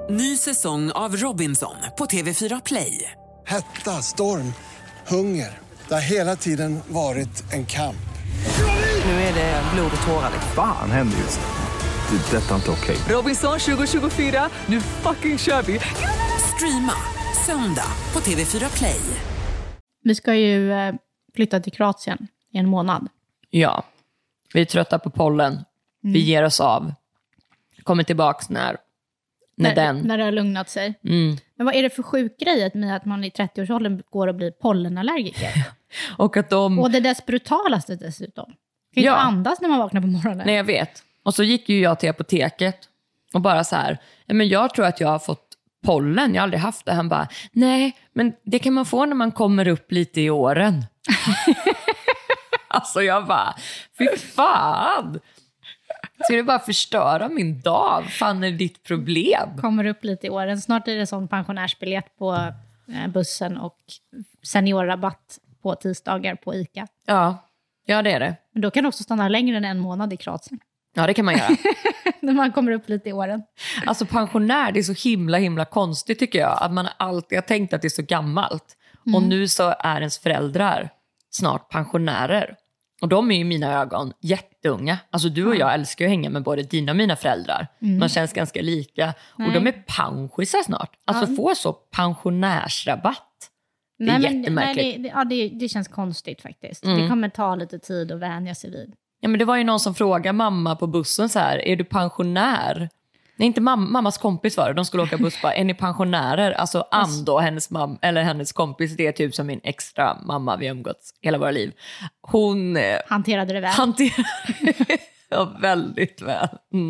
Ny säsong av Robinson på TV4 Play. Hetta, storm, hunger. Det har hela tiden varit en kamp. Nu är det blod och tårar. Fan händer just nu. Det. Detta är inte okej. Robinson 2024, nu fucking kör vi. Streama söndag på TV4 Play. Vi ska ju flytta till Kroatien i en månad. Ja, vi är trötta på pollen. Vi ger oss av. Kommer tillbaks när det har lugnat sig. Men vad är det för sjuk grej med att man i 30-årsåldern går och blir pollenallergiker? Och det dess brutalaste dessutom. Kan inte andas när man vaknar på morgonen. Nej, jag vet. Och så gick ju jag till apoteket och bara så här, men jag tror att jag har fått pollen. Jag har aldrig haft det. Han bara, nej, men det kan man få när man kommer upp lite i åren. Alltså jag bara, fy fan. Ska du bara förstöra min dag? Fan är det ditt problem? Kommer upp lite i åren. Snart är det sån pensionärsbiljett på bussen och seniorrabatt på tisdagar på ICA. Ja, det är det. Men då kan du också stanna längre än en månad i Kroatien. Ja, det kan man göra. När man kommer upp lite i åren. Alltså pensionär, det är så himla konstigt tycker jag. Att man alltid har tänkt att det är så gammalt. Och nu så är ens föräldrar snart pensionärer. Och de är ju i mina ögon jätteunga. Alltså du och jag älskar ju att hänga med både dina och mina föräldrar. Man känns ganska lika. Nej. Och de är pensionärer snart. Alltså få så pensionärsrabatt. Det är jättemärkligt. Det känns konstigt faktiskt. Det kommer ta lite tid att vänja sig vid. Ja, men det var ju någon som frågade mamma på bussen så här, är du pensionär? Nej, inte mammas kompis var det. De skulle åka buss bara, är ni pensionärer? Alltså Ando, hennes kompis, det är typ som min extra mamma, vi har umgåtts hela våra liv. Hon hanterade det väl. Ja, väldigt väl.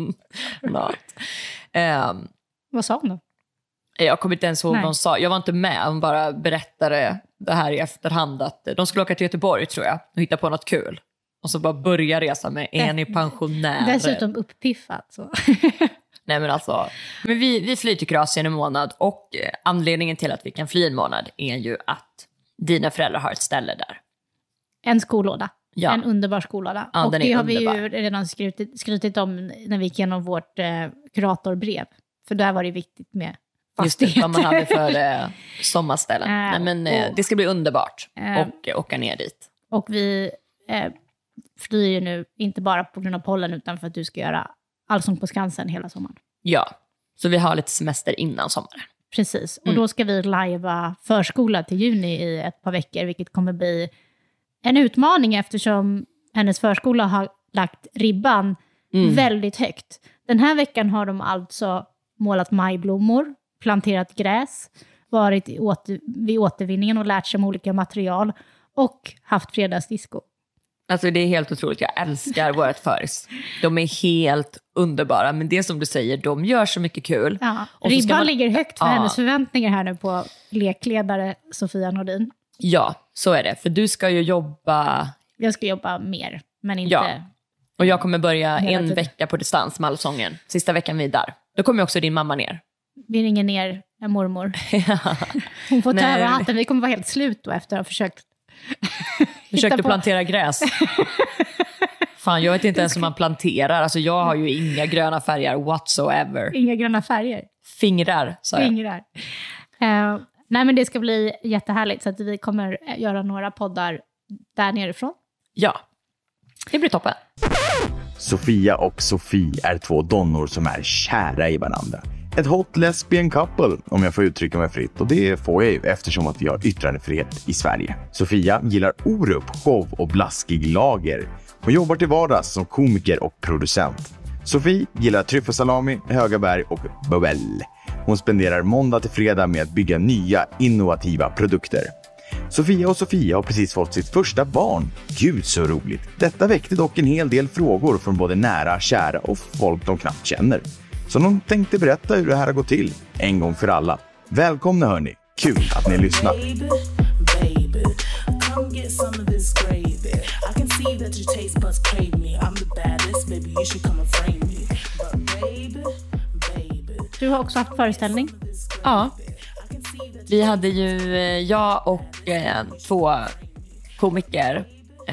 Vad sa hon då? Jag kommer inte ens ihåg vad hon sa. Jag var inte med, hon bara berättade det här i efterhand att de skulle åka till Göteborg tror jag och hitta på något kul. Och så bara börja resa med, är ni pensionärer? Dessutom uppiffat så. Nej men alltså, men vi flyr till Kroatien en månad och anledningen till att vi kan fly en månad är ju att dina föräldrar har ett ställe där. En skollåda. Ja. En underbar skollåda. Ja, och det har underbar. vi ju redan skrutit om när vi gick igenom vårt kuratorbrev. För där var det viktigt med fastigheter. Just det, vad man hade för sommarställen. Nej men det ska bli underbart och åka ner dit. Och vi flyr ju nu inte bara på grund av pollen utan för att du ska göra Allsång på Skansen hela sommaren. Ja, så vi har lite semester innan sommaren. Precis, och då ska vi lajva förskola till juni i ett par veckor, vilket kommer bli en utmaning eftersom hennes förskola har lagt ribban väldigt högt. Den här veckan har de alltså målat majblommor, planterat gräs, varit vid återvinningen och lärt sig om olika material och haft fredagsdisco. Alltså det är helt otroligt, jag älskar vårt förs. De är helt underbara, men det som du säger, de gör så mycket kul. Ja, ribban ligger högt för hennes förväntningar här nu på lekledare Sofia Nordin. Ja, så är det, för du ska ju jobba... Jag ska jobba mer, men inte... Ja, och jag kommer börja en vecka på distans med Allsången. Sista veckan vi är där. Då kommer också din mamma ner. Vi ringer ner en mormor. Hon får ta över hatten, vi kommer vara helt slut då efter att ha försökt... Försökte plantera gräs. Fan, jag vet inte ens hur man planterar. Alltså jag har ju inga gröna färger whatsoever. Inga gröna färger. Fingrar, sa jag. Fingrar. Nej, men det ska bli jättehärligt. Så att vi kommer göra några poddar där nerifrån. Ja, det blir toppen. Sofia och Sofie är två donnor som är kära i varandra. Ett hot lesbian couple, om jag får uttrycka mig fritt. Och det får jag ju eftersom att vi har yttrandefrihet i Sverige. Sofia gillar Orup, show och blaskig lager. Hon jobbar till vardags som komiker och producent. Sofie gillar tryffelsalami, höga berg och bubbel. Hon spenderar måndag till fredag med att bygga nya, innovativa produkter. Sofia och Sofia har precis fått sitt första barn. Gud så roligt. Detta väckte dock en hel del frågor från både nära, kära och folk de knappt känner. Så de tänkte berätta hur det här har gått till, en gång för alla. Välkomna hörni, kul att ni lyssnar. Du har också haft föreställning? Ja. Vi hade ju, jag och två komiker,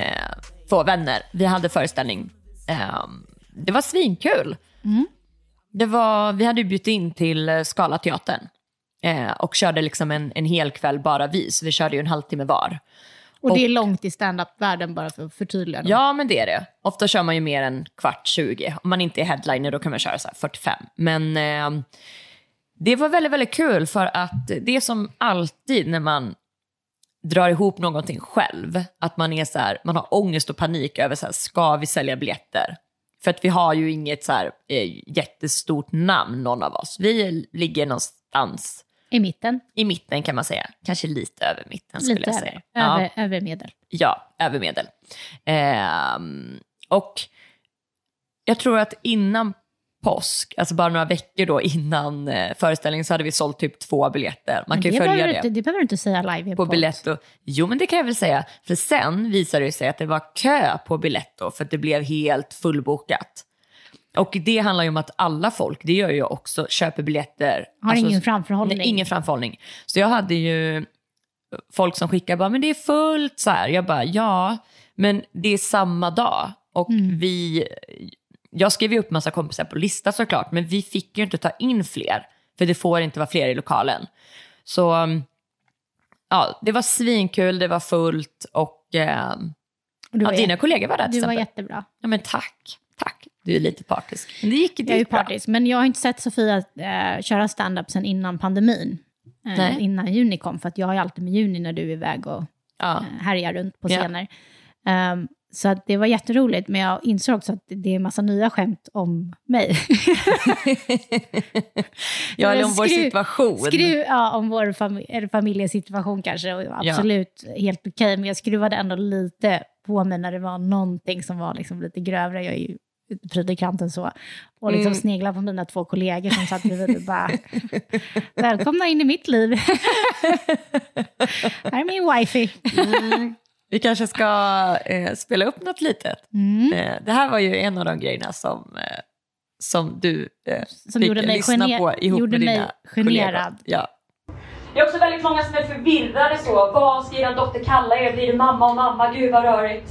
två vänner. Vi hade föreställning. Det var svinkul. Vi hade ju bjudit in till Scalateatern och körde liksom en hel kväll bara så vi körde ju en halvtimme var. Och det är långt i stand-up-världen, bara för att förtydliga. Ja, men det är det. Ofta kör man ju mer än 15:20. Om man inte är headliner då kan man köra så här 45. Men det var väldigt, väldigt kul, för att det är som alltid när man drar ihop någonting själv, att man är så här, man har ångest och panik över så här, ska vi sälja biljetter? För att vi har ju inget så här jättestort namn, någon av oss. Vi ligger någonstans i mitten kan man säga. Kanske lite över mitten skulle jag säga. Över medel. Ja, över medel. Och jag tror att innan påsk, alltså bara några veckor då innan föreställningen, så hade vi sålt typ 2 biljetter. Man kan ju följa det. Det behöver du inte säga live på Biletto. Jo, men det kan jag väl säga. För sen visade det sig att det var kö på Biletto för att det blev helt fullbokat. Och det handlar ju om att alla folk, det gör ju också, köper biljetter. Har ingen framförhållning. Nej, ingen framförhållning. Så jag hade ju folk som skickade bara, men det är fullt så här. Jag bara, ja, men det är samma dag. Och jag skrev ju upp massa kompisar på lista såklart, men vi fick ju inte ta in fler. För det får inte vara fler i lokalen. Så ja, det var svinkul, det var fullt och dina kollegor var där till exempel. Du var jättebra. Ja, men tack. Du är lite partisk. Men det gick jag är ju partisk, men jag har inte sett Sofia köra stand-up sen innan pandemin. Innan juni kom, för att jag har ju alltid med juni när du är iväg och härjar runt på scener. Så att det var jätteroligt, men jag insåg också att det är en massa nya skämt om mig. Ja, eller om vår situation. Om vår familjesituation kanske, och absolut helt okej. Men jag skruvade ändå lite på mig när det var någonting som var liksom lite grövre. Jag är ju predikanten så. Och liksom snegla på mina 2 kollegor som satt bredvid och bara, välkomna in i mitt liv. Här är min wifi. Vi kanske ska spela upp något litet. Det här var ju en av de grejerna som du fick lyssna på ihop med dina kollegor. Ja. Det är också väldigt många som är förvirrade så. Vad ska er dotter kalla er? Blir det mamma och mamma? Gud vad rörigt.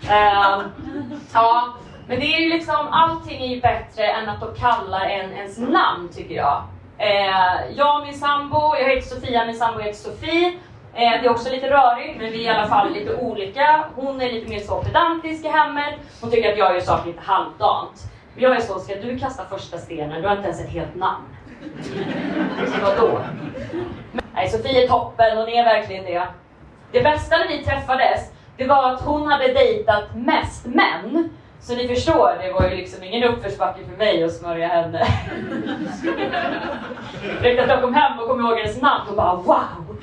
Ja, men det är ju liksom, allting är ju bättre än att de kallar ens namn, tycker jag. Jag och min sambo, jag heter Sofia, min sambo heter Sofie. Det är också lite rörigt, men vi är i alla fall lite olika. Hon är lite mer så pedantisk i hemmet. Hon tycker att jag gör saker lite halvdant. Jag är så, ska du kasta första stenen? Du har inte ens ett helt namn. Så vadå? Nej, Sofie är toppen, hon är verkligen det. Det bästa när vi träffades, det var att hon hade dejtat mest män. Så ni förstår, det var ju liksom ingen uppförsbacke för mig att smörja henne. Direkt att jag kom hem och kom ihåg hennes namn och bara wow.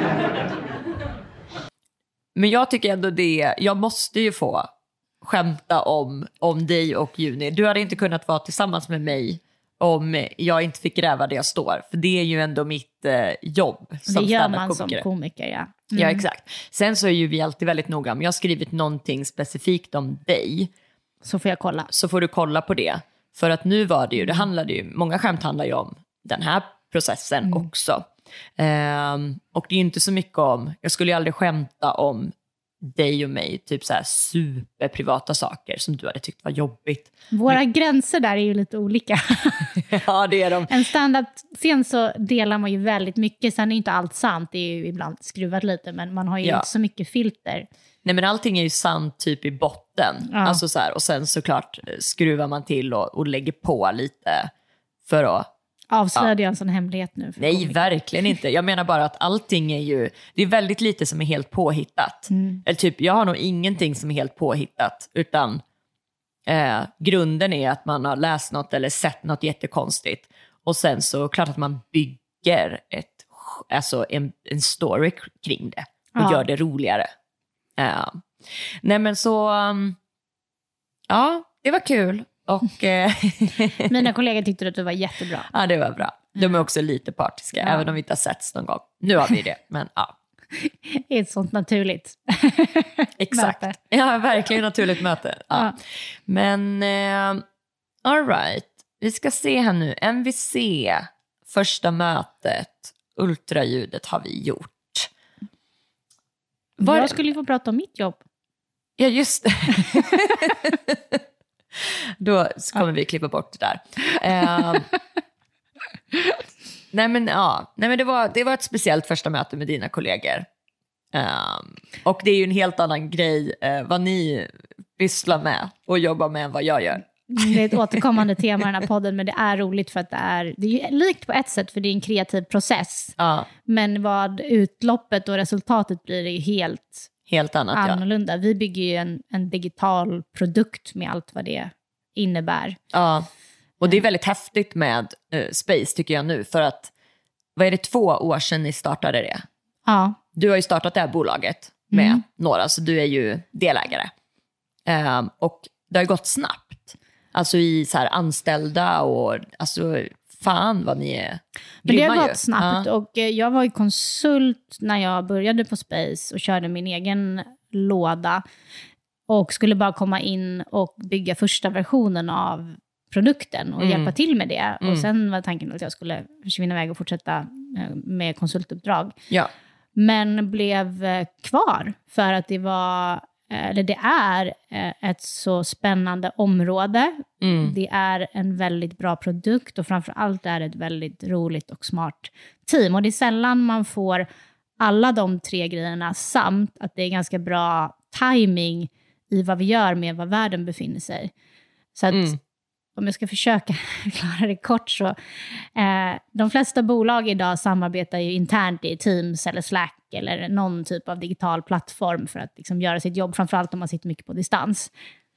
Men jag tycker ändå jag måste ju få skämta om dig och Juni. Du hade inte kunnat vara tillsammans med mig om jag inte fick gräva där jag står. För det är ju ändå mitt jobb som det gör man som komiker, ja. Ja, exakt. Sen så är ju vi alltid väldigt noga. Om jag har skrivit någonting specifikt om dig, så får jag kolla. Så får du kolla på det. För att nu var det ju, många skämt handlar ju om den här processen också. Och det är ju inte så mycket om, jag skulle ju aldrig skämta om dig och mig, typ så här superprivata saker som du hade tyckt var jobbigt. Våra gränser där är ju lite olika. Ja, det är de. En stand-up-scen så delar man ju väldigt mycket. Sen är inte allt sant, det är ju ibland skruvat lite, men man har ju inte så mycket filter. Nej, men allting är ju sant typ i botten. Ja. Alltså så här, och sen såklart skruvar man till och lägger på lite för att... Avslöjade jag en sån hemlighet nu? Nej, verkligen inte. Jag menar bara att allting är ju... Det är väldigt lite som är helt påhittat. Eller typ, jag har nog ingenting som är helt påhittat. Utan grunden är att man har läst något eller sett något jättekonstigt. Och sen så klart att man bygger en story kring det. Och gör det roligare. Nej, men så... ja, det var kul. Och mina kollegor tyckte att du var jättebra. Ja, det var bra. De är också lite partiska, även om vi inte har setts någon gång. Nu har vi det, men ja. Det är ett sånt naturligt exakt. Möte. Ja, verkligen naturligt möte. Ja. Men all right. Vi ska se här nu. MVC, första mötet, ultraljudet har vi gjort. Jag skulle ju få prata om mitt jobb. Ja, just det. Då kommer vi klippa bort det där. Nej men det var ett speciellt första möte med dina kollegor. Och det är ju en helt annan grej vad ni pysslar med och jobbar med än vad jag gör. Det är ett återkommande tema i den här podden, men det är roligt för att det är ju likt på ett sätt, för det är en kreativ process. Ja. Men vad utloppet och resultatet blir är helt annat, annorlunda. Vi bygger ju en digital produkt med allt vad det innebär. Ja, och det är väldigt häftigt med Space tycker jag nu, för att vad är det 2 år sedan ni startade det? Ja. Du har ju startat det här bolaget med några, så du är ju delägare. Och det har gått snabbt. Alltså i så här anställda och alltså fan vad ni är Men det har grymma gått snabbt och jag var ju konsult när jag började på Space och körde min egen låda och skulle bara komma in och bygga första versionen av produkten och hjälpa till med det. Och sen var tanken att jag skulle försvinna iväg och fortsätta med konsultuppdrag. Ja. Men blev kvar för att det är ett så spännande område. Det är en väldigt bra produkt och framförallt är det ett väldigt roligt och smart team. Och det är sällan man får alla de 3 grejerna samt att det är ganska bra timing i vad vi gör med vad världen befinner sig. Så att om jag ska försöka klara det kort så de flesta bolag idag samarbetar ju internt i Teams eller Slack eller någon typ av digital plattform för att liksom göra sitt jobb, framförallt om man sitter mycket på distans.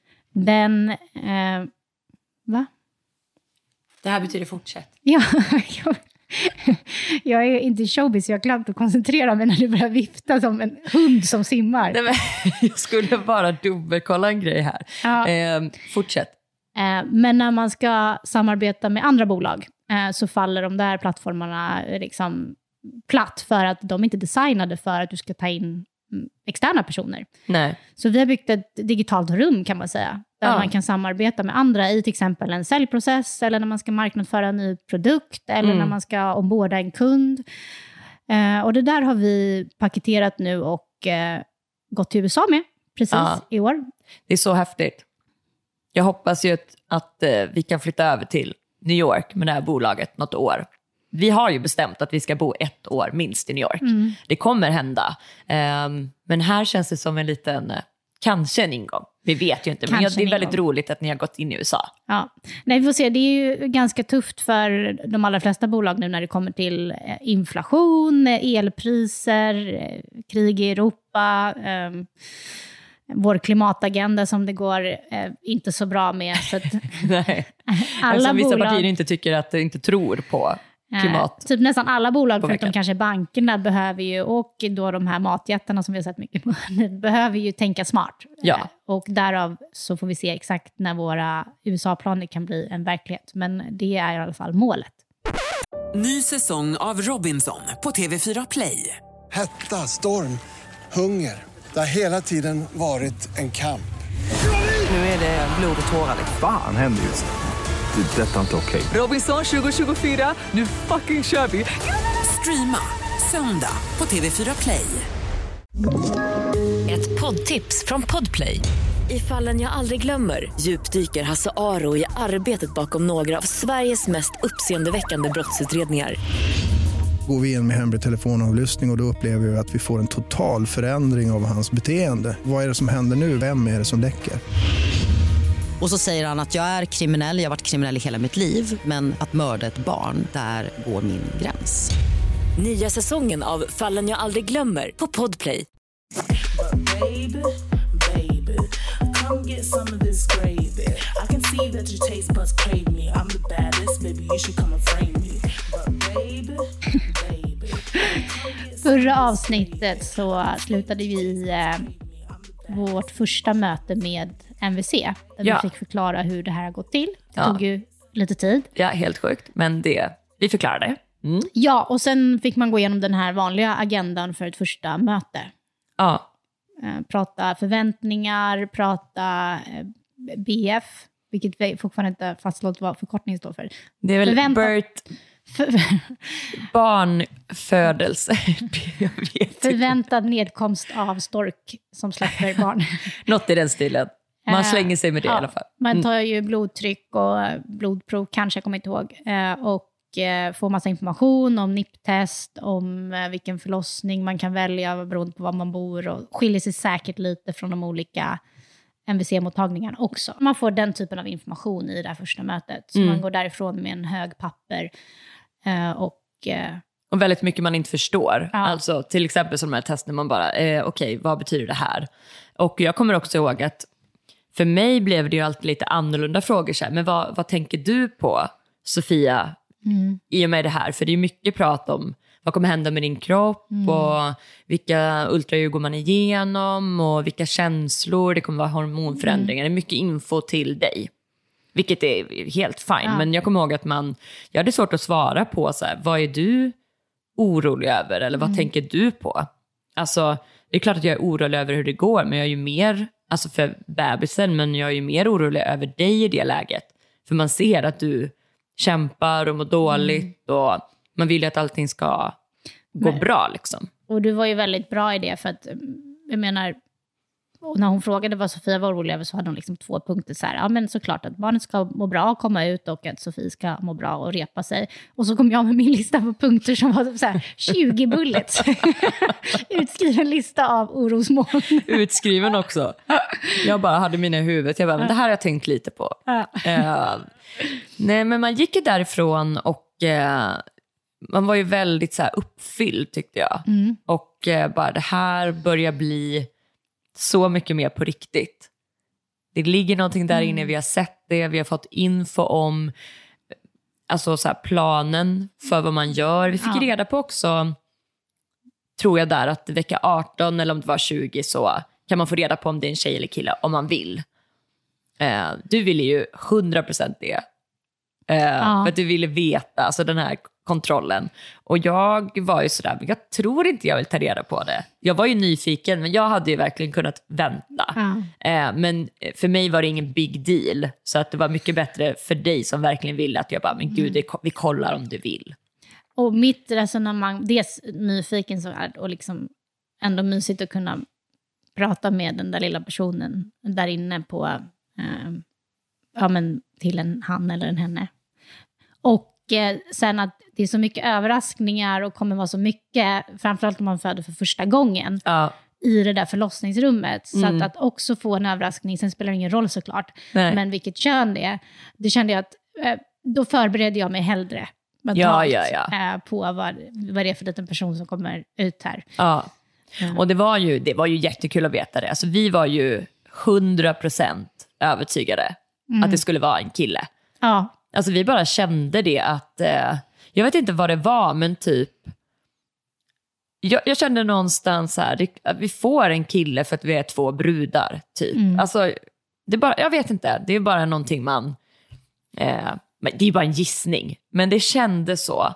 Va? Det här betyder fortsätt. Ja, jag är inte showbiz, jag har glömt att koncentrera mig när du börjar vifta som en hund som simmar. Nej, men, jag skulle bara dubbelkolla en grej här. Ja. Fortsätt. Men när man ska samarbeta med andra bolag så faller de där plattformarna liksom platt för att de inte är designade för att du ska ta in externa personer. Nej. Så vi har byggt ett digitalt rum kan man säga. Där man kan samarbeta med andra i till exempel en säljprocess eller när man ska marknadsföra en ny produkt eller när man ska omborda en kund. Och det där har vi paketerat nu och gått till USA med precis i år. Det är så häftigt. Jag hoppas ju att vi kan flytta över till New York med det här bolaget något år. Vi har ju bestämt att vi ska bo 1 år minst i New York. Det kommer hända. Men här känns det som en liten, kanske en ingång. Vi vet ju inte, men det är väldigt roligt att ni har gått in i USA. Ja. Nej, vi får se. Det är ju ganska tufft för de allra flesta bolag nu när det kommer till inflation, elpriser, krig i Europa, vår klimatagenda som det går inte så bra med. Så att nej. Alla vissa bolag, partier inte tycker att de inte tror på klimat. Typ nästan alla bolag, förutom kanske bankerna, behöver ju, och då de här matjättarna som vi har sett mycket på, behöver ju tänka smart. Ja. Och därav så får vi se exakt när våra USA-planer kan bli en verklighet. Men det är i alla fall målet. Ny säsong av Robinson på TV4 Play. Hetta, storm, hunger. Det har hela tiden varit en kamp. Nu är det blod och tårar. Fan händer just det. Detta är inte okej. Robinson 2024, nu fucking kör vi. Streama söndag på TV4 Play. Ett poddtips från Podplay. I Fallen jag aldrig glömmer djupdyker Hasse Aro i arbetet bakom några av Sveriges mest uppseendeväckande brottsutredningar. Går vi in med hemlig telefonavlyssning och då upplever vi att vi får en total förändring av hans beteende. Vad är det som händer nu? Vem är det som läcker? Och så säger han att jag är kriminell, jag har varit kriminell i hela mitt liv. Men att mörda ett barn, där går min gräns. Nya säsongen av Fallen jag aldrig glömmer på Podplay. Baby, come get some of this gravy. I can see that your taste buds crave me. I'm the baddest, baby, you should come and frame me. Baby. Förra avsnittet så slutade vi vårt första möte med MVC. Där vi fick förklara hur det här har gått till. Det tog ju lite tid. Ja, helt sjukt. Men vi förklarade det. Ja, och sen fick man gå igenom den här vanliga agendan för ett första möte. Ja. Prata förväntningar, prata BF, vilket vi fortfarande inte fastslått vad förkortningen står för. Det är väl barnfödelse. Förväntad nedkomst av stork som släpper barn. Något i den stilen. Man slänger sig med det i alla fall. Man tar ju blodtryck och blodprov, kanske jag kommer inte ihåg. Och får massa information om NIPT-test, om vilken förlossning man kan välja beroende på var man bor. Och skiljer sig säkert lite från de olika MVC-mottagningarna också. Man får den typen av information i det här första mötet. Så man går därifrån med en hög papper. Och väldigt mycket man inte förstår. Ja. Alltså till exempel som de här testerna man bara, okej, vad betyder det här? Och jag kommer också ihåg att för mig blev det ju alltid lite annorlunda frågor. Så här, men vad tänker du på, Sofia, i och med det här? För det är mycket prat om vad kommer hända med din kropp och vilka ultraljud går man igenom och vilka känslor, det kommer vara hormonförändringar. Det är mycket info till dig. Vilket är helt fine. Ja. Men jag kommer ihåg att jag hade svårt att svara på så här, vad är du orolig över? Eller vad tänker du på? Alltså, det är klart att jag är orolig över hur det går. Men jag är ju mer, alltså för bebisen, men jag är ju mer orolig över dig i det läget. För man ser att du kämpar och mår dåligt. Och man vill ju att allting ska gå bra liksom. Och du var ju väldigt bra i det. För att, jag menar, och när hon frågade vad Sofia var orolig över så hade hon liksom 2 punkter så här. Ja, men såklart att barnet ska må bra och komma ut och att Sofie ska må bra och repa sig. Och så kom jag med min lista på punkter som var så här 20 bullets. Utskriven lista av orosmoln. Utskriven också. Jag bara hade mina i huvudet. Jag bara, men det här har jag tänkt lite på. Nej, men man gick ju därifrån och man var ju väldigt så här uppfylld tyckte jag. Och bara det här börjar bli så mycket mer på riktigt. Det ligger någonting där inne, vi har sett det, vi har fått info om alltså så här, planen för vad man gör. Vi fick reda på också, tror jag där, att vecka 18 eller om det var 20 så kan man få reda på om det är en tjej eller kille om man vill. Du ville ju 100% det. För att du ville veta, alltså den här kontrollen. Och jag var ju sådär, jag tror inte jag vill ta reda på det. Jag var ju nyfiken, men jag hade ju verkligen kunnat vänta. Men för mig var det ingen big deal. Så att det var mycket bättre för dig som verkligen ville att jag bara, men gud, vi kollar om du vill. Och mitt resonemang, dels nyfiken så här, och liksom ändå mysigt att kunna prata med den där lilla personen där inne på men till en han eller en henne. Och sen att det är så mycket överraskningar och kommer vara så mycket, framförallt om man föder för första gången i det där förlossningsrummet. Så att också få en överraskning, sen spelar det ingen roll såklart. Nej. Men vilket kön det kände jag att då förberedde jag mig hellre på vad det är för liten person som kommer ut här. Ja. Och det var ju jättekul att veta det. Alltså vi var ju 100% övertygade att det skulle vara en kille. Ja. Alltså vi bara kände det att, jag vet inte vad det var, men typ, jag kände någonstans här, att vi får en kille för att vi är 2 brudar, typ. Alltså, det är bara, jag vet inte, det är bara någonting man, det är bara en gissning, men det kändes så.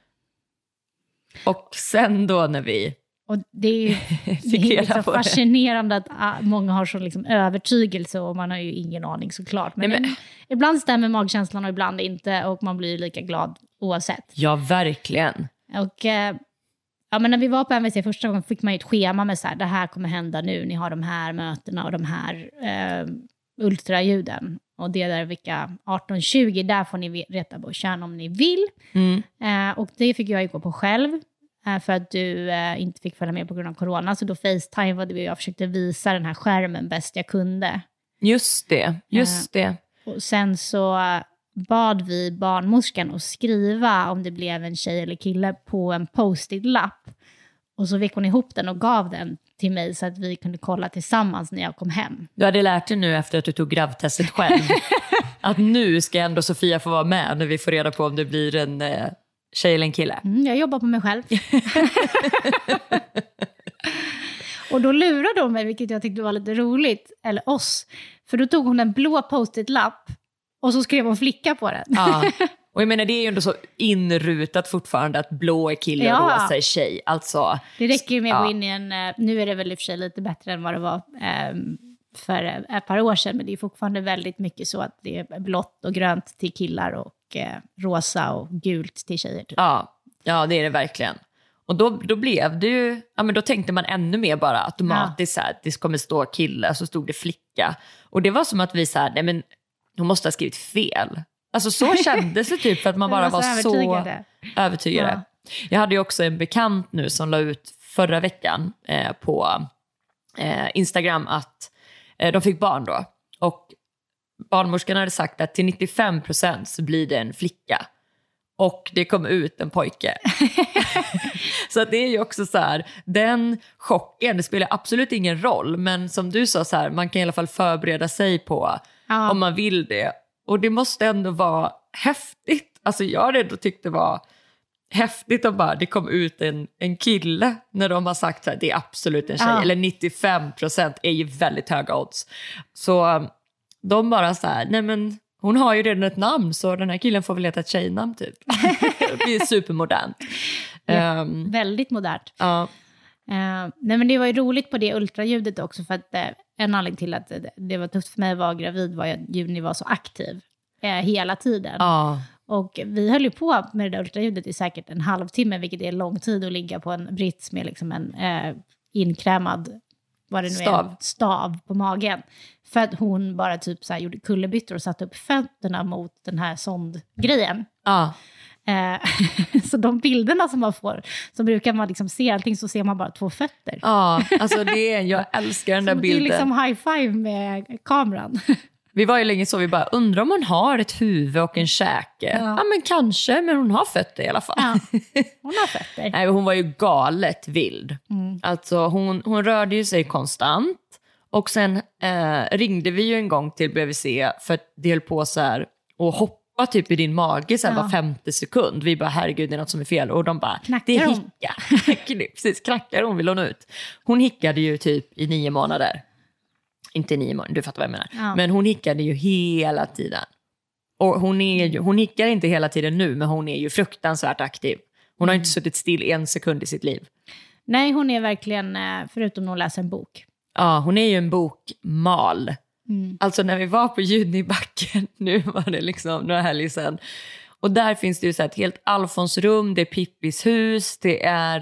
Och sen då när vi... Och det är ju liksom fascinerande att många har så liksom övertygelse och man har ju ingen aning såklart. Men ibland stämmer magkänslan och ibland inte och man blir lika glad oavsett. Ja, verkligen. Och men när vi var på MVC första gången fick man ju ett schema med så här, det här kommer hända nu. Ni har de här mötena och de här ultraljuden. Och det där vecka 18-20, där får ni reta på kön om ni vill. Och det fick jag ju gå på själv. För att du inte fick följa med på grund av corona. Så då FaceTime jag försökte visa den här skärmen bäst jag kunde. Just det. Och sen så bad vi barnmorskan att skriva om det blev en tjej eller kille på en post-it-lapp. Och så fick hon ihop den och gav den till mig så att vi kunde kolla tillsammans när jag kom hem. Du hade lärt dig nu efter att du tog gravtestet själv att nu ska ändå Sofia få vara med när vi får reda på om det blir en... tjej eller en kille? Jag jobbar på mig själv. Och då lurade hon mig, vilket jag tyckte var lite roligt. Eller oss. För då tog hon en blå post-it-lapp. Och så skrev hon flicka på den. Ja. Och jag menar, det är ju ändå så inrutat fortfarande att blå är kille och rosa är tjej. Alltså, det räcker ju med att gå in i en... Nu är det väl i och för sig lite bättre än vad det var för ett par år sedan. Men det är fortfarande väldigt mycket så att det är blått och grönt till killar och rosa och gult till tjejer. Typ. Ja, det är det verkligen. Och då blev det ju, men då tänkte man ännu mer bara automatiskt så här, det kommer stå kille, så stod det flicka flicka. Och det var som att vi så här, nej men hon måste ha skrivit fel. Alltså så kändes det typ för att man bara var så övertygade. Ja. Jag hade ju också en bekant nu som la ut förra veckan på Instagram att de fick barn då. Och barnmorskan hade sagt att till 95% så blir det en flicka. Och det kom ut en pojke. Så att det är ju också så här, den chocken, det spelar absolut ingen roll. Men som du sa så här, man kan i alla fall förbereda sig på om man vill det. Och det måste ändå vara häftigt. Alltså jag hade ändå tyckt det var häftigt att bara det kom ut en kille när de har sagt så här, det är absolut en tjej. Eller 95% är ju väldigt höga odds. Så de bara så här, nej men hon har ju redan ett namn så den här killen får väl heta ett tjejnamn typ. Det är supermodernt. Väldigt modernt. Ja. Nej men det var ju roligt på det ultraljudet också för att en anledning till att det var tufft för mig att vara gravid var att Juni var så aktiv hela tiden. Ja. Och vi höll ju på med det där ultraljudet i säkert en halvtimme, vilket är lång tid att ligga på en brits med liksom en inkrämad vad det nu är, stav på magen. För att hon bara typ så här gjorde kullerbyttor och satte upp fötterna mot den här sondgrejen. Ja. Så de bilderna som man får, så brukar man liksom se allting så ser man bara 2 fötter. Ja, alltså jag älskar den där bilden. Det är liksom high five med kameran. Vi var ju länge så vi bara undrar om hon har ett huvud och en käke. Ja men kanske, men hon har fötter i alla fall. Ja, hon har fötter. Nej, hon var ju galet vild. Alltså hon rörde ju sig konstant. Och sen ringde vi ju en gång till BVC för att det höll på så här och hoppa typ i din mage så här var 50 sekund. Vi bara, herregud, det är något som är fel. Och de bara, knackar det är hicka. Precis, knackar hon, vill hon ut. Hon hickade ju typ i 9 månader. Inte 9 månader, du fattar vad jag menar. Ja. Men hon hickade ju hela tiden. Och hon hickar inte hela tiden nu, men hon är ju fruktansvärt aktiv. Hon har inte suttit still 1 sekund i sitt liv. Nej, hon är verkligen, förutom när hon läser en bok. Ja, hon är ju en bokmal. Alltså när vi var på Junibacken, nu var det liksom några helger sedan. Och där finns det ju så här ett helt Alfonsrum, det är Pippis hus, det är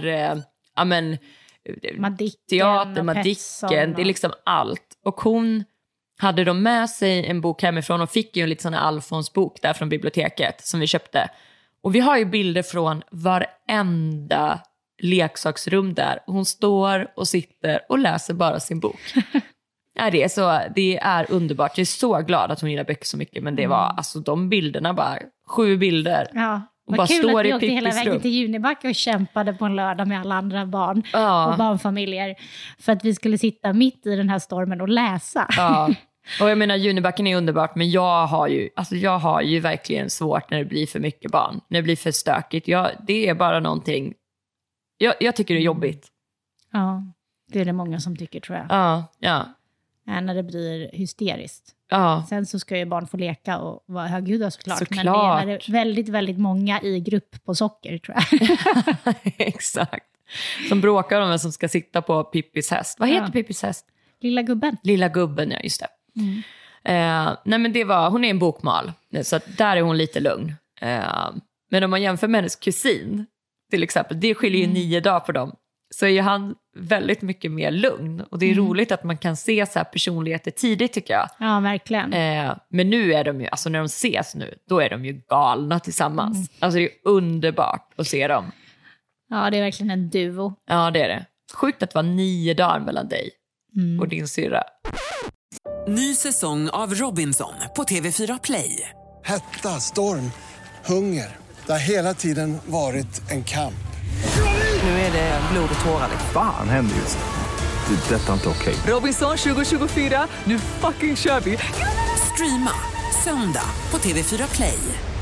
teater, Madicken, det är liksom allt. Och hon hade de med sig en bok hemifrån och fick ju en lite sån här Alfons-bok där från biblioteket som vi köpte. Och vi har ju bilder från varenda leksaksrum där. Hon står och sitter och läser bara sin bok. Det är underbart. Jag är så glad att hon gillar böcker så mycket. Men det var alltså de bilderna bara 7 bilder. Ja. Och bara kul står att vi i åkte hela Pippis vägen rum till Junibacka och kämpade på en lördag med alla andra barn och barnfamiljer. För att vi skulle sitta mitt i den här stormen och läsa. Ja. Och jag menar, Junibacken är underbart. Men jag har ju verkligen svårt när det blir för mycket barn. När det blir för stökigt. Det är bara någonting. Jag tycker det är jobbigt. Ja, det är det många som tycker, tror jag. Ja. När det blir hysteriskt. Ja. Sen så ska ju barn få leka och vara högljudda såklart. Men det är när det är väldigt, väldigt många i grupp på socker, tror jag. Exakt. Som bråkar om vem som ska sitta på Pippis häst. Vad heter Pippis häst? Lilla gubben. Lilla gubben, ja, just det. Nej, men hon är en bokmal. Så att där är hon lite lugn. Men om man jämför med hennes kusin, till exempel, det skiljer ju 9 dagar på dem. Så är han väldigt mycket mer lugn. Och det är roligt att man kan se så här personligheter tidigt, tycker jag. Ja, verkligen. Men nu är de ju, alltså när de ses nu, då är de ju galna tillsammans. Alltså det är underbart att se dem. Ja, det är verkligen en duo. Ja, det är det. Sjukt att det var 9 dagar mellan dig och din syrra. Ny säsong av Robinson på TV4 Play. Hetta, storm, hunger. Det har hela tiden varit en kamp. Nu är det blod och tårar. Fan händer just det. Detta är inte okej. Robinson 2024, nu fucking kör vi. Streama söndag på TV4 Play.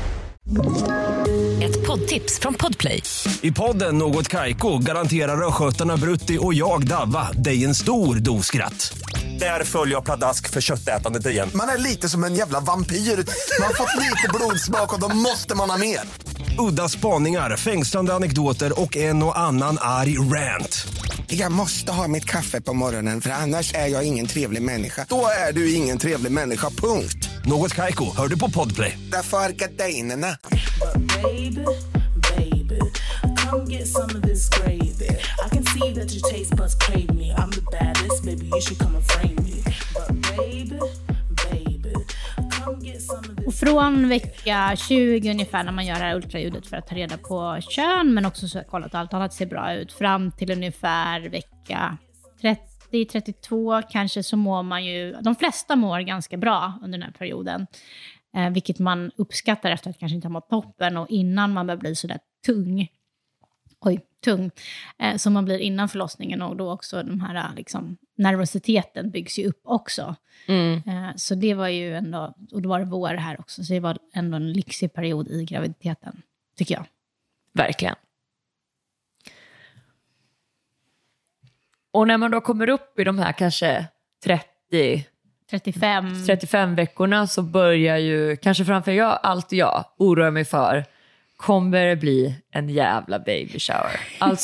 Ett poddtips från Podplay. I podden Något Kaiko garanterar röskötarna Brutti och jag Davva dig en stor doskratt. Där följer jag pladask för köttätandet igen. Man är lite som en jävla vampyr. Man har fått lite blodsmak och då måste man ha mer. Udda spaningar, fängslande anekdoter och en och annan arg rant. Jag måste ha mitt kaffe på morgonen för annars är jag ingen trevlig människa. Då är du ingen trevlig människa, punkt. Något Kaiko, hör du på Podplay. Därför är gardinerna. Baby, come get some of this gravy. I can see that your taste buds crave me. I'm the baddest, baby, you should come and frame me. But baby, från vecka 20 ungefär när man gör det här ultraljudet för att ta reda på kön, men också så att kolla att allt annat ser bra ut, fram till ungefär vecka 30-32 kanske, så mår man ju, de flesta mår ganska bra under den här perioden, vilket man uppskattar efter att kanske inte ha mått toppen och innan man börjar bli sådär tung som man blir innan förlossningen, och då också de här liksom, nervositeten byggs ju upp också. Så det var ju ändå, och då var det vår här också, så det var ändå en lyxig period i graviditeten, tycker jag. Verkligen. Och när man då kommer upp i de här kanske 35 veckorna, så börjar ju, kanske framför jag oroar mig för, kommer det bli en jävla baby shower?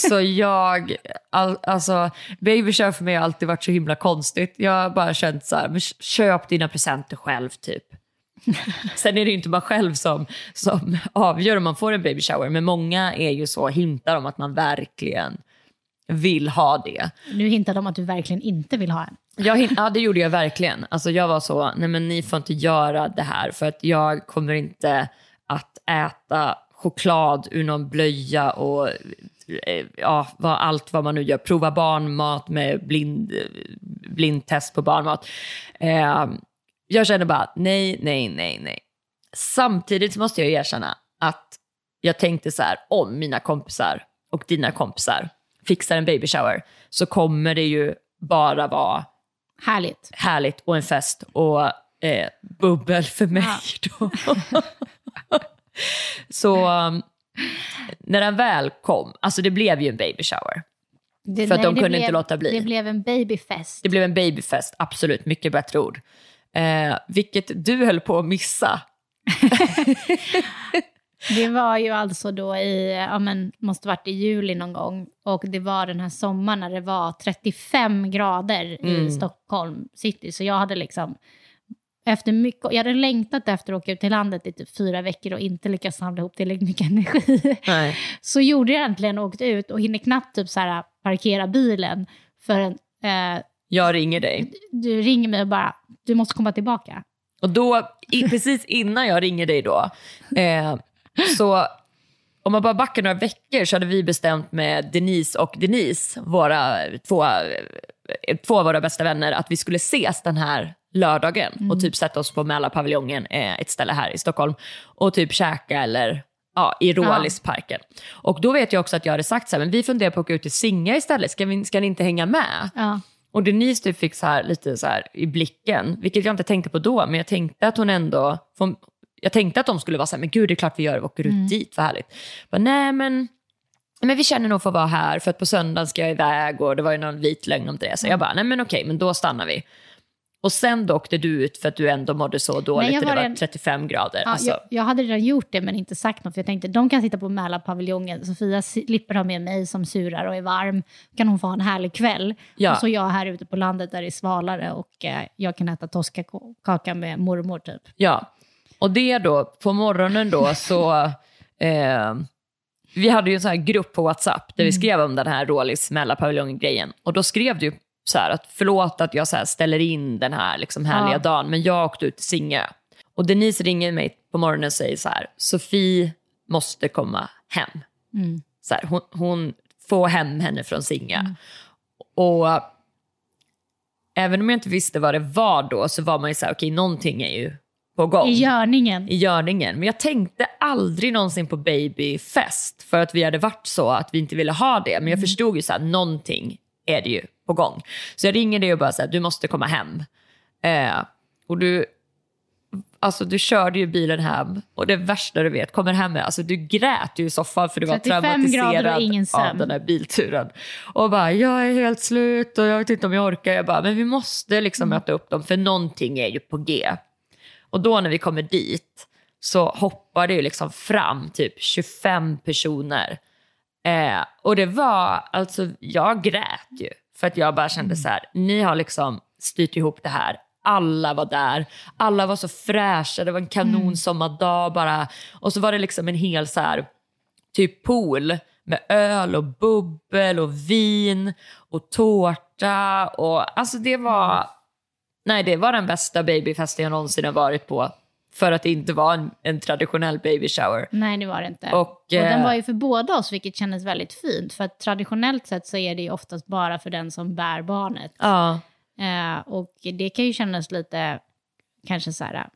Alltså baby shower för mig har alltid varit så himla konstigt. Jag har bara känt så här, men köp dina presenter själv typ. Sen är det ju inte man själv som avgör om man får en baby shower, men många är ju så, hintar om att man verkligen vill ha det. Nu hintar de om att du verkligen inte vill ha en. Ja, det gjorde jag verkligen. Alltså jag var så, nej men ni får inte göra det här, för att jag kommer inte att äta choklad ur någon blöja och allt vad man nu gör. Prova barnmat med blindtest på barnmat. Jag känner bara nej. Samtidigt måste jag erkänna att jag tänkte så här, om mina kompisar och dina kompisar fixar en baby shower, så kommer det ju bara vara härligt och en fest och bubbel för mig då. Så när den väl kom, alltså det blev ju en baby shower. För att de kunde inte låta bli. Det blev en babyfest. Det blev en babyfest, absolut, mycket bättre ord. Vilket du höll på att missa. Det var ju alltså då måste varit i juli någon gång. Och det var den här sommaren när det var 35 grader i Stockholm city. Så jag hade liksom, jag hade längtat efter att åka ut till landet i typ 4 veckor och inte lyckas samla ihop tillräckligt mycket energi. Nej. Så gjorde jag äntligen, åkt ut och hinner knappt typ så här parkera bilen för jag ringer dig. Du ringer mig och bara, du måste komma tillbaka. Och då, precis innan jag ringer dig då, så om man bara backar några veckor, så hade vi bestämt med Denise, våra två av våra bästa vänner, att vi skulle ses den här lördagen och typ sätta oss på Mälarpaviljongen, ett ställe här i Stockholm, och typ käka eller i Rålisparken. Och då vet jag också att jag hade sagt så här, men vi funderar på att åka ut till Singa istället, ska ni inte hänga med? Och Denise typ fick så här, lite så här i blicken, vilket jag inte tänkte på då, men jag tänkte att hon ändå, jag tänkte att de skulle vara så här, men gud, det är klart vi gör det, åker ut dit, vad härligt. Nej, men vi känner nog för att vara här, för att på söndagen ska jag iväg, och det var ju någon vit lögn om det. Så jag bara, nej men okej, men då stannar vi. Och sen då åkte du ut för att du ändå mådde så dåligt, det var 35 grader. Ja, alltså. jag hade redan gjort det, men inte sagt något, för jag tänkte, de kan sitta på Mälarpaviljongen, Sofia slipper ha med mig som surar och är varm, kan hon få ha en härlig kväll. Och så jag här ute på landet där det är svalare, och jag kan äta toskakaka med mormor typ. Ja, och det då, på morgonen då så vi hade ju en sån här grupp på WhatsApp där vi skrev om den här Rålis Mälarpaviljongen-grejen. Och då skrev du så här att förlåt att jag så här ställer in den här liksom härliga dagen, men jag åkte ut till Singö. Och Denise ringer mig på morgonen och säger så här, Sofie måste komma hem. Så här, hon får hem henne från Singö. Och även om jag inte visste vad det var då, så var man ju så här, okej, någonting är ju på gång. I görningen. Men jag tänkte aldrig någonsin på babyfest, för att vi hade varit så att vi inte ville ha det. Men jag förstod ju så här, någonting är det ju på gång. Så jag ringer dig och bara så här, du måste komma hem. Och du körde ju bilen hem, och det värsta du vet, kommer hem med, alltså du grät ju i soffan för du var traumatiserad av den här bilturen. Och bara, jag är helt slut och jag vet inte om jag orkar. Jag bara, men vi måste liksom möta upp dem, för någonting är ju på G. Och då när vi kommer dit så hoppar det ju liksom fram typ 25 personer. Och det var, alltså jag grät ju. För att jag bara kände så här, ni har liksom styrt ihop det här. Alla var där. Alla var så fräscha. Det var en kanonsommardag bara. Och så var det liksom en hel så här typ pool med öl och bubbel och vin och tårta. Och alltså det var... Nej, det var den bästa babyfesten jag någonsin har varit på. För att det inte var en traditionell baby shower. Nej, det var det inte. Och den var ju för båda oss, vilket kändes väldigt fint. För att traditionellt sett så är det ju oftast bara för den som bär barnet. Ja. Och det kan ju kännas lite kanske så här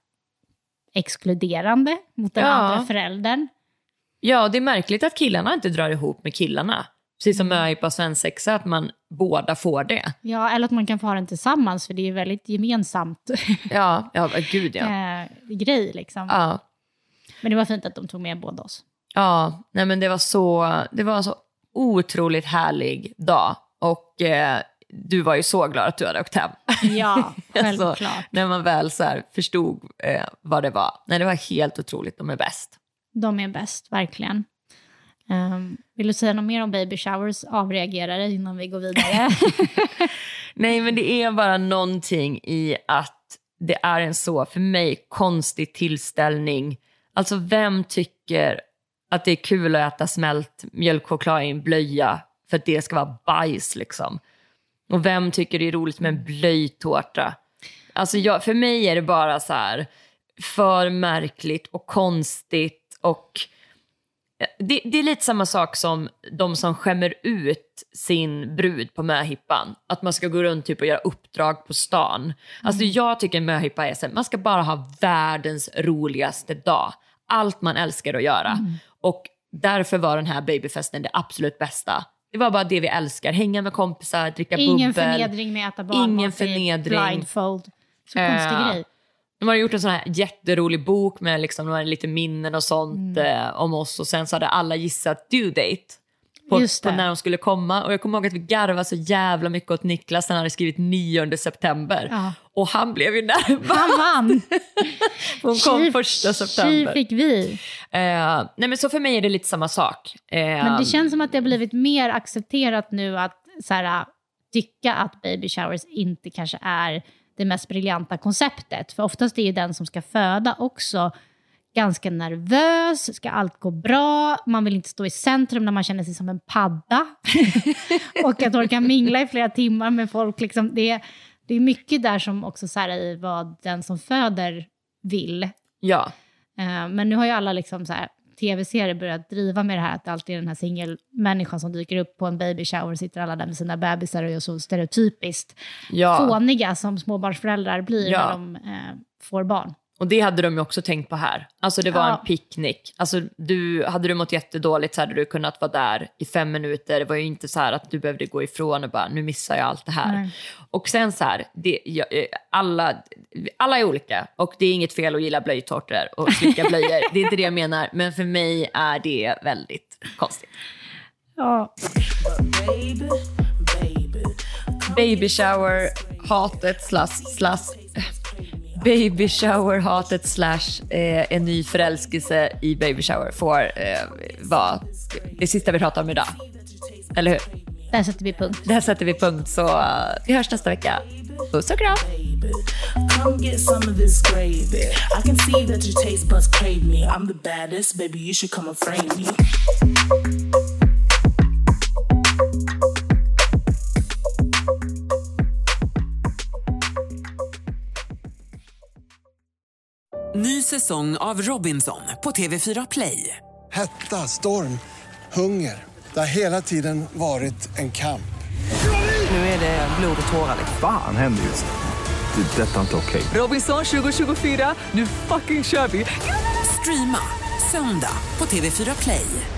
exkluderande mot den andra föräldern. Ja, det är märkligt att killarna inte drar ihop med killarna. Precis som med på svensexa, att man båda får det. Ja, eller att man kan få den tillsammans, för det är väldigt gemensamt. Ja, gud ja. Grej liksom. Ja. Men det var fint att de tog med båda oss. Ja, nej men det var en så otroligt härlig dag. Och du var ju så glad att du hade åkt hem. Ja, självklart. Alltså, när man väl så här förstod vad det var. Nej, det var helt otroligt, de är bäst. De är bäst, verkligen. Vill du säga något mer om baby showers avreagerare innan vi går vidare? Nej, men det är bara någonting i att det är en så, för mig, konstig tillställning. Alltså, vem tycker att det är kul att äta smält mjölkchoklad i en blöja för att det ska vara bajs liksom? Och vem tycker det är roligt med en blöjtårta? Alltså, för mig är det bara så här för märkligt och konstigt. Och det är lite samma sak som de som skämmer ut sin brud på möhippan. Att man ska gå runt typ och göra uppdrag på stan. Alltså jag tycker en möhippa är så här, man ska bara ha världens roligaste dag. Allt man älskar att göra. Och därför var den här babyfesten det absolut bästa. Det var bara det vi älskar. Hänga med kompisar, dricka bubbel. Ingen förnedring med att äta barnmat. Ingen förnedring. Blindfold. Så konstig grej. De hade gjort en sån här jätterolig bok med liksom lite minnen och sånt om oss. Och sen så hade alla gissat due date på när de skulle komma. Och jag kommer ihåg att vi garvade så jävla mycket åt Niklas när han hade skrivit 9 september. Ja. Och han blev ju närmast. Han vann! Hon kom 1 september. Fick vi. Nej, men så för mig är det lite samma sak. Men det känns som att det har blivit mer accepterat nu att så här, tycka att baby showers inte kanske är det mest briljanta konceptet. För oftast är ju den som ska föda också ganska nervös. Ska allt gå bra? Man vill inte stå i centrum när man känner sig som en padda. Och att orka mingla i flera timmar med folk. Liksom, det är mycket där som också så här i vad den som föder vill. Ja. Men nu har ju alla liksom så här, tv-serier börjat driva med det här. Att det alltid är den här singelmänniskan som dyker upp på en baby shower. Sitter alla där med sina bebisar och är så stereotypiskt fåniga som småbarnsföräldrar blir när de får barn. Och det hade de ju också tänkt på här. Alltså det var en picknick. Alltså hade du mått jättedåligt så hade du kunnat vara där i 5 minuter. Det var ju inte så här att du behövde gå ifrån och bara, nu missar jag allt det här. Nej. Och sen så här, alla är olika. Och det är inget fel att gilla blöjtårtor och slicka blöjor. Det är inte det jag menar. Men för mig är det väldigt konstigt. Ja. Baby shower, hatet baby shower, hatet / en ny förälskelse i baby shower får vara det sista vi pratar om idag. Eller hur? Där sätter vi punkt. Där sätter vi punkt, så vi hörs nästa vecka. Puss och kram! Come get some of this gravy. I can see that your taste buds crave me. I'm the baddest, baby, you should come and frame me. Ny säsong av Robinson på TV4 Play. Hetta, storm, hunger. Det har hela tiden varit en kamp. Nu är det blod och tårar. Fan händer just nu. Det. Detta är inte okej. Robinson 2024, nu fucking kör vi. Streama söndag på TV4 Play.